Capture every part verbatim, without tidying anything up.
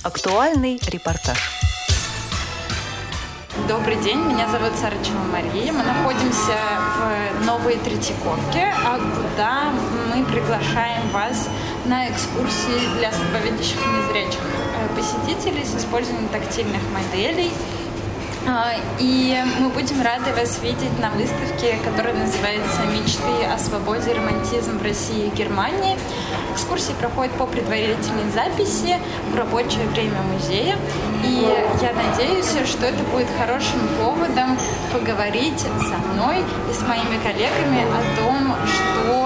Актуальный репортаж. Добрый день, меня зовут Сарычева Мария. Мы находимся в Новой Третьяковке, а куда мы приглашаем вас на экскурсии для слабовидящих и незрячих посетителей с использованием тактильных моделей. И мы будем рады вас видеть на выставке, которая называется «Мечты о свободе и романтизм в России и Германии». Экскурсии проходят по предварительной записи в рабочее время музея. И я надеюсь, что это будет хорошим поводом поговорить со мной и с моими коллегами о том, что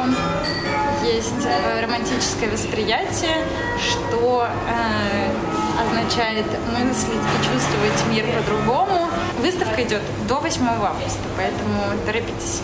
есть романтическое восприятие, что э, означает мыслить и чувствовать мир по-другому. Выставка идет до восьмого августа, поэтому торопитесь.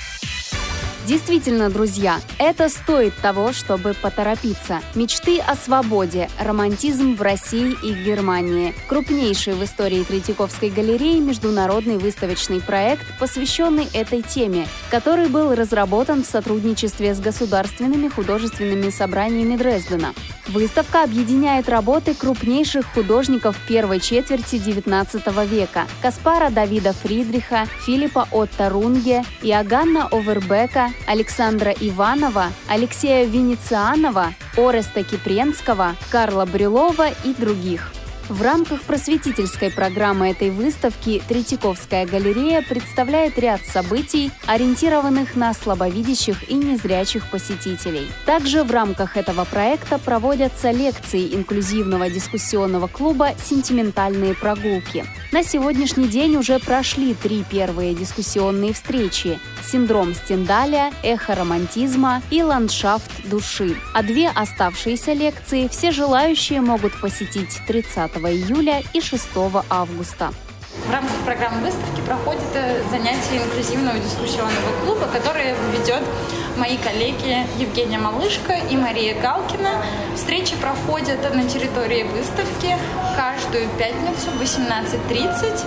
Действительно, друзья, это стоит того, чтобы поторопиться. Мечты о свободе, романтизм в России и Германии. Крупнейший в истории Третьяковской галереи международный выставочный проект, посвященный этой теме, который был разработан в сотрудничестве с государственными художественными собраниями Дрездена. Выставка объединяет работы крупнейших художников первой четверти девятнадцатого века – Каспара Давида Фридриха, Филиппа Отто Рунге, Иоганна Овербека, Александра Иванова, Алексея Венецианова, Ореста Кипренского, Карла Брюлова и других. В рамках просветительской программы этой выставки Третьяковская галерея представляет ряд событий, ориентированных на слабовидящих и незрячих посетителей. Также в рамках этого проекта проводятся лекции инклюзивного дискуссионного клуба «Сентиментальные прогулки». На сегодняшний день уже прошли три первые дискуссионные встречи «Синдром Стендаля», «Эхо романтизма» и «Ландшафт души». А две оставшиеся лекции все желающие могут посетить тридцатого июля и шестого августа. В рамках программы выставки проходит занятие инклюзивного дискуссионного клуба, которое ведет мои коллеги Евгения Малышко и Мария Галкина. Встречи проходят на территории выставки каждую пятницу в восемнадцать тридцать.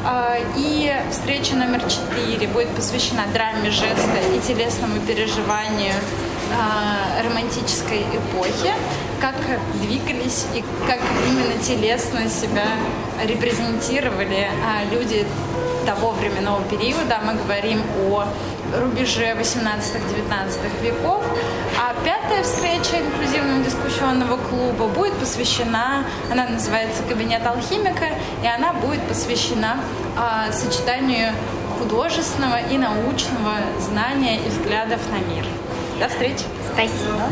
И встреча номер четыре будет посвящена драме жеста и телесному переживанию романтической эпохи, как двигались и как именно телесно себя репрезентировали люди того временного периода. Мы говорим о рубеже восемнадцатого-девятнадцатого веков. А пятая встреча инклюзивного дискуссионного клуба будет посвящена, она называется «Кабинет алхимика», и она будет посвящена а, сочетанию художественного и научного знания и взглядов на мир. До встречи. Спасибо.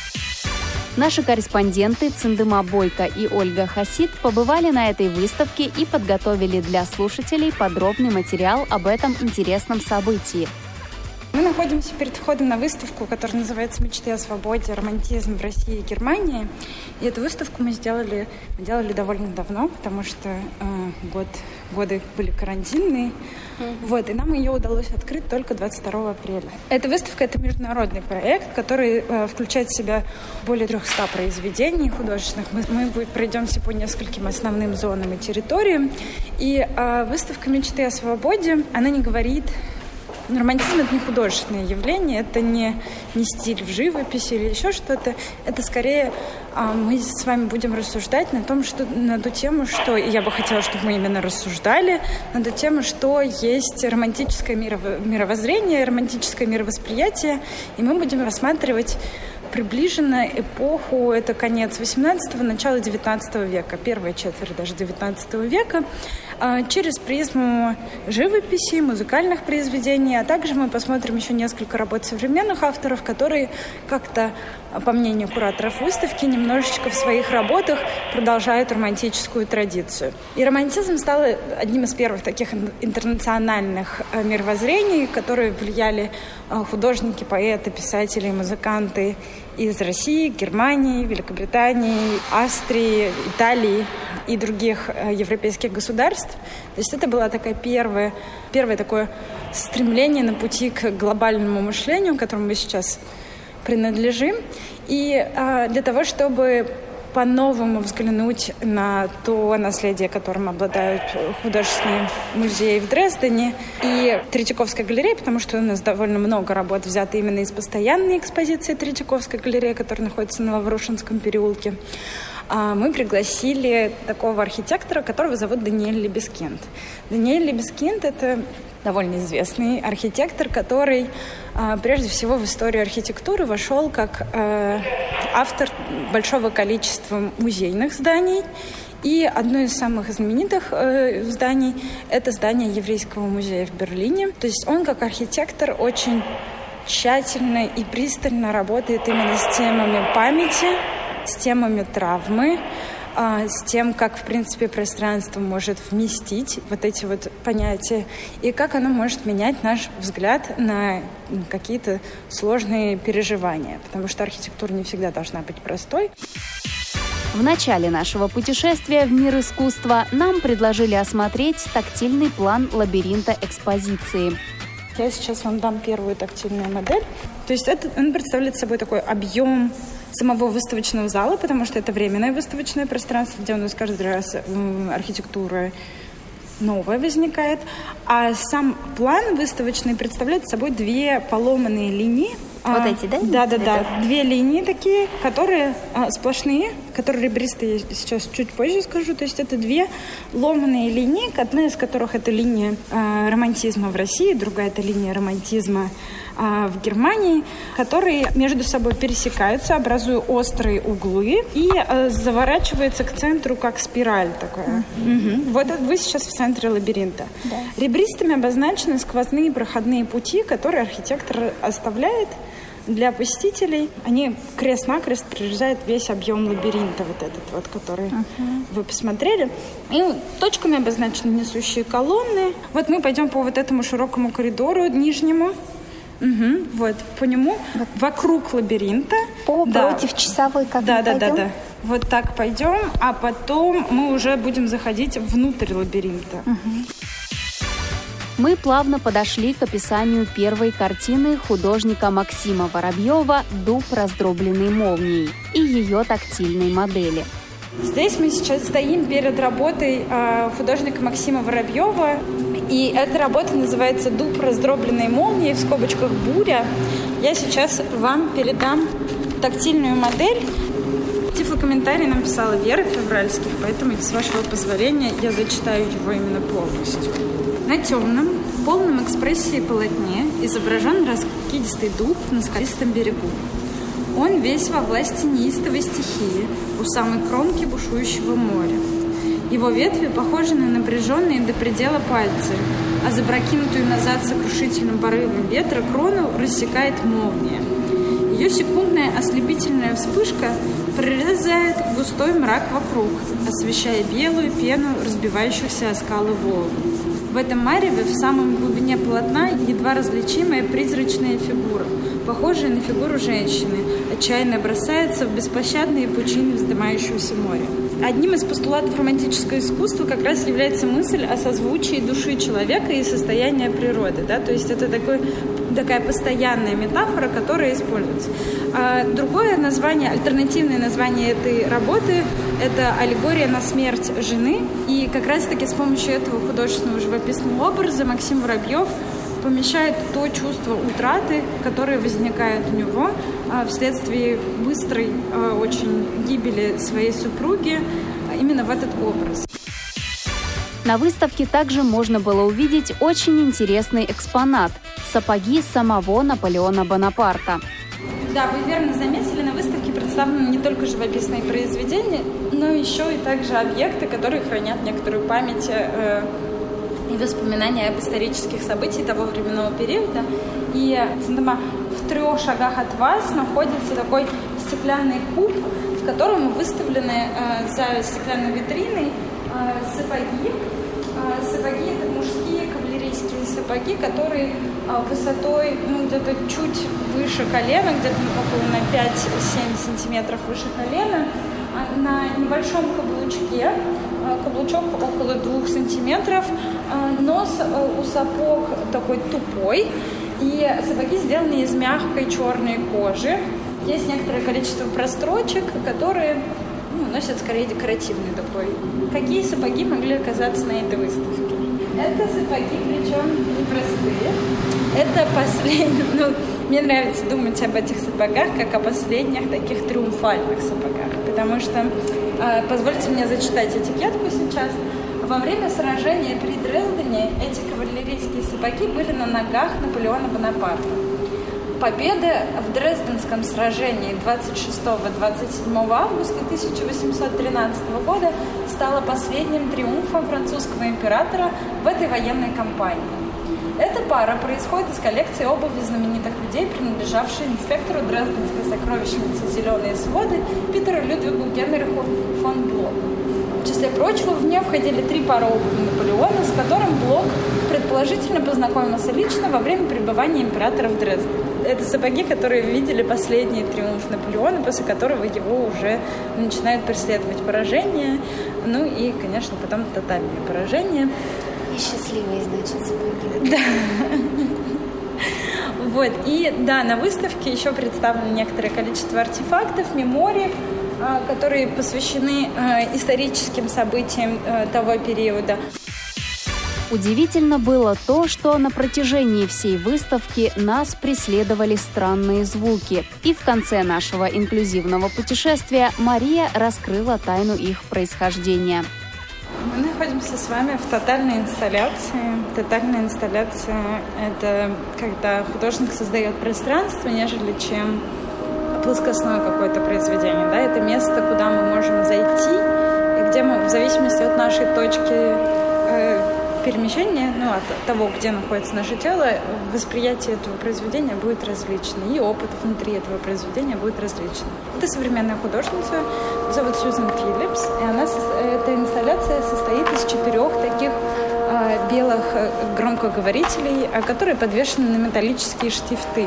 Наши корреспонденты Циндыма Бойко и Ольга Хасид побывали на этой выставке и подготовили для слушателей подробный материал об этом интересном событии. Мы находимся перед входом на выставку, которая называется «Мечты о свободе, романтизм в России и Германии». И эту выставку мы сделали, мы делали довольно давно, потому что э, год, годы были карантинные. Mm-hmm. Вот, и нам ее удалось открыть только двадцать второго апреля. Эта выставка – это международный проект, который э, включает в себя более трехсот произведений художественных. Мы, мы пройдемся по нескольким основным зонам и территориям. И э, выставка «Мечты о свободе», она не говорит... Романтизм – это не художественное явление, это не, не стиль в живописи или еще что-то. Это скорее а, мы с вами будем рассуждать на том, что, на ту тему, что... И я бы хотела, чтобы мы именно рассуждали на ту тему, что есть романтическое мирово, мировоззрение, романтическое мировосприятие. И мы будем рассматривать приближенно эпоху, это конец восемнадцатого, начало девятнадцатого века, первая четверть даже девятнадцатого века, через призму живописи, музыкальных произведений, а также мы посмотрим еще несколько работ современных авторов, которые как-то, по мнению кураторов выставки, немножечко в своих работах продолжают романтическую традицию. И романтизм стал одним из первых таких интернациональных мировоззрений, которые влияли художники, поэты, писатели, музыканты из России, Германии, Великобритании, Австрии, Италии и других европейских государств. То есть это было такое первое, первое такое стремление на пути к глобальному мышлению, к которому мы сейчас принадлежим. И а, для того, чтобы по-новому взглянуть на то наследие, которым обладают художественные музеи в Дрездене и Третьяковская галерея, потому что у нас довольно много работ взято именно из постоянной экспозиции Третьяковской галереи, которая находится на Лаврушинском переулке. мы пригласили такого архитектора, которого зовут Даниэль Либескинд. Даниэль Либескинд — это довольно известный архитектор, который прежде всего в историю архитектуры вошел как автор большого количества музейных зданий. И одно из самых знаменитых э, зданий – это здание Еврейского музея в Берлине. То есть он, как архитектор, очень тщательно и пристально работает именно с темами памяти, с темами травмы, э, с тем, как, в принципе, пространство может вместить вот эти вот понятия, и как оно может менять наш взгляд на какие-то сложные переживания. Потому что архитектура не всегда должна быть простой. В начале нашего путешествия в мир искусства нам предложили осмотреть тактильный план лабиринта экспозиции. Я сейчас вам дам первую тактильную модель. То есть это, он представляет собой такой объем самого выставочного зала, потому что это временное выставочное пространство, где у нас каждый раз архитектура новая возникает. А сам план выставочный представляет собой две поломанные линии. Вот а, эти, да? Да, да, да. Две линии такие, которые а, сплошные, которые ребристые, я сейчас чуть позже скажу. То есть это две ломаные линии, одна из которых это линия а, романтизма в России, другая это линия романтизма а, в Германии, которые между собой пересекаются, образуя острые углы и а, заворачиваются к центру как спираль такая. Mm-hmm. Угу. Вот вы сейчас в центре лабиринта. Да. Ребристыми обозначены сквозные проходные пути, которые архитектор оставляет для посетителей. Они крест-накрест прорезают весь объем лабиринта, вот этот вот, который uh-huh. вы посмотрели. И точками обозначены несущие колонны. Вот мы пойдем по вот этому широкому коридору нижнему. Угу, вот, по нему, вот. Вокруг лабиринта. По да. против часовой, как да, мы да, пойдем? Да, да, да. Вот так пойдем, а потом мы уже будем заходить внутрь лабиринта. Угу. Мы плавно подошли к описанию первой картины художника Максима Воробьева «Дуб, раздробленный молнией» и ее тактильной модели. Здесь мы сейчас стоим перед работой э, художника Максима Воробьева, и эта работа называется «Дуб, раздробленной молнией», в скобочках «Буря». Я сейчас вам передам тактильную модель. Тифлокомментарий нам писала Вера Февральских, поэтому, с вашего позволения, я зачитаю его именно полностью. На темном, полном экспрессии полотне изображен раскидистый дуб на скалистом берегу. Он весь во власти неистовой стихии, у самой кромки бушующего моря. Его ветви похожи на напряженные до предела пальцы, а запрокинутую назад сокрушительным порывом ветра крону рассекает молния. Ее секундная ослепительная вспышка прорезает густой мрак вокруг, освещая белую пену разбивающихся о скалы волн. В этом мареве в самом глубине полотна едва различимая призрачная фигура, похожая на фигуру женщины, отчаянно бросается в беспощадные пучины вздымающегося моря. Одним из постулатов романтического искусства как раз является мысль о созвучии души человека и состояния природы. Да? То есть это такой, такая постоянная метафора, которая используется. А другое название, альтернативное название этой работы – это аллегория на смерть жены. И как раз-таки с помощью этого художественного живописного образа Максим Воробьев помещает то чувство утраты, которое возникает у него а, вследствие быстрой а, очень гибели своей супруги, а, именно в этот образ. На выставке также можно было увидеть очень интересный экспонат – сапоги самого Наполеона Бонапарта. Да, вы верно заметили, на выставке представлены не только живописные произведения, но еще и также объекты, которые хранят некоторую память э, и воспоминания об исторических событиях того временного периода. И в трех шагах от вас находится такой стеклянный куб, в котором выставлены э, за стеклянной витриной э, сапоги. Э, сапоги – это мужские кавалерийские сапоги, которые э, высотой ну, где-то чуть выше колена, где-то около на пять-семь сантиметров выше колена, э, на небольшом каблучке. Каблучок около двух сантиметров, нос у сапог такой тупой, и сапоги сделаны из мягкой черной кожи. Есть некоторое количество прострочек, которые ну, носят скорее декоративный такой. Какие сапоги могли оказаться на этой выставке? Это сапоги, причем непростые. Это последние... Ну, мне нравится думать об этих сапогах как о последних таких триумфальных сапогах. Потому что, э, позвольте мне зачитать этикетку сейчас. Во время сражения при Дрездене эти кавалерийские сапоги были на ногах Наполеона Бонапарта. Победа в Дрезденском сражении двадцать шестого — двадцать седьмого августа тысяча восемьсот тринадцатого года стала последним триумфом французского императора в этой военной кампании. Эта пара происходит из коллекции обуви знаменитых людей, принадлежавшей инспектору Дрезденской сокровищницы «Зеленые своды» Питеру Людвигу Генриху фон Блоку. В числе прочего, в нее входили три пары обуви Наполеона, с которым Блок предположительно познакомился лично во время пребывания императора в Дрездене. Это сапоги, которые видели последний триумф Наполеона, после которого его уже начинают преследовать поражение, ну и, конечно, потом тотальное поражение. И счастливые, значит, сапоги. Да. Вот, и да, на выставке еще представлено некоторое количество артефактов, мемориев, которые посвящены историческим событиям того периода. Удивительно было то, что на протяжении всей выставки нас преследовали странные звуки. И в конце нашего инклюзивного путешествия Мария раскрыла тайну их происхождения. Мы находимся с вами в тотальной инсталляции. Тотальная инсталляция — это когда художник создает пространство, нежели чем плоскостное какое-то произведение. Да? Это место, куда мы можем зайти, и где мы, в зависимости от нашей точки э, перемещения, ну, от того, где находится наше тело, восприятие этого произведения будет различно, и опыт внутри этого произведения будет различен. Это современная художница, зовут Сьюзен Филлипс, и она, эта инсталляция состоит из четырех таких э, белых громкоговорителей, которые подвешены на металлические штифты.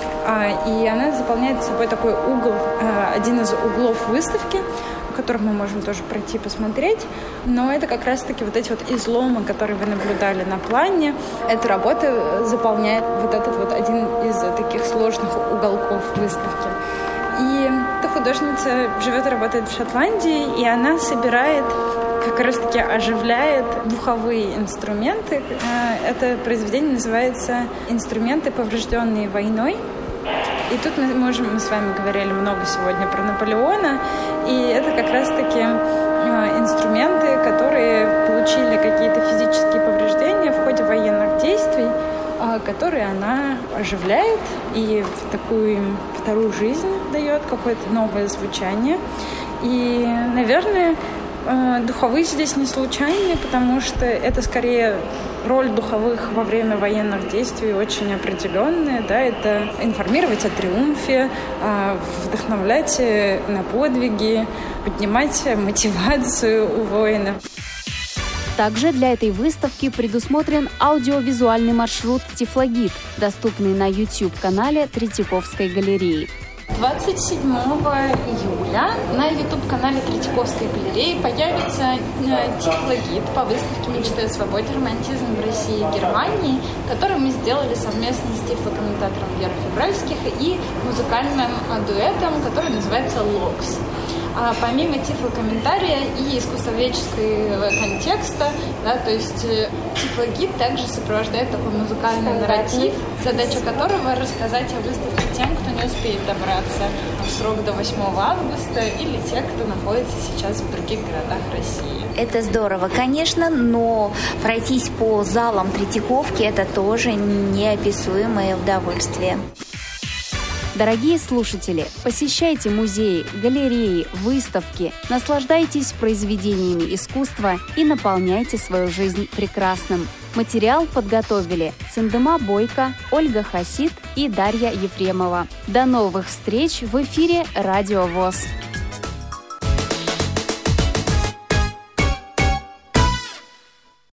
И она заполняет собой такой угол, один из углов выставки, который мы можем тоже пройти посмотреть. Но это как раз-таки вот эти вот изломы, которые вы наблюдали на плане. Эта работа заполняет вот этот вот один из таких сложных уголков выставки. И эта художница живет и работает в Шотландии, и она собирает, как раз-таки оживляет духовые инструменты. Это произведение называется «Инструменты, поврежденные войной». И тут мы можем, мы с вами говорили много сегодня про Наполеона, и это как раз-таки э, инструменты, которые получили какие-то физические повреждения в ходе военных действий, э, которые она оживляет и в такую им вторую жизнь дает, какое-то новое звучание. И, наверное, э, духовые здесь не случайны, потому что это скорее роль духовых во время военных действий очень определенная. Да, это информировать о триумфе, вдохновлять на подвиги, поднимать мотивацию у воинов. Также для этой выставки предусмотрен аудиовизуальный маршрут «Тифлогид», доступный на YouTube-канале Третьяковской галереи. двадцать седьмого июля на YouTube-канале Третьяковской галереи появится Тифлогид по выставке «Мечты о свободе. Романтизм в России и Германии», который мы сделали совместно с тифлокомментатором Верой Февральских и музыкальным дуэтом, который называется «Локс». А помимо тифлокомментария и искусствоведческого контекста, да, то есть Тифлогид также сопровождает такой музыкальный нарратив, задача которого рассказать о выставке тем, кто не успеет добраться в срок до восьмого августа, или те, кто находится сейчас в других городах России. Это здорово, конечно, но пройтись по залам Третьяковки — это тоже неописуемое удовольствие. Дорогие слушатели, посещайте музеи, галереи, выставки, наслаждайтесь произведениями искусства и наполняйте свою жизнь прекрасным. Материал подготовили Циндема Бойко, Ольга Хасид и Дарья Ефремова. До новых встреч в эфире Радио ВОС.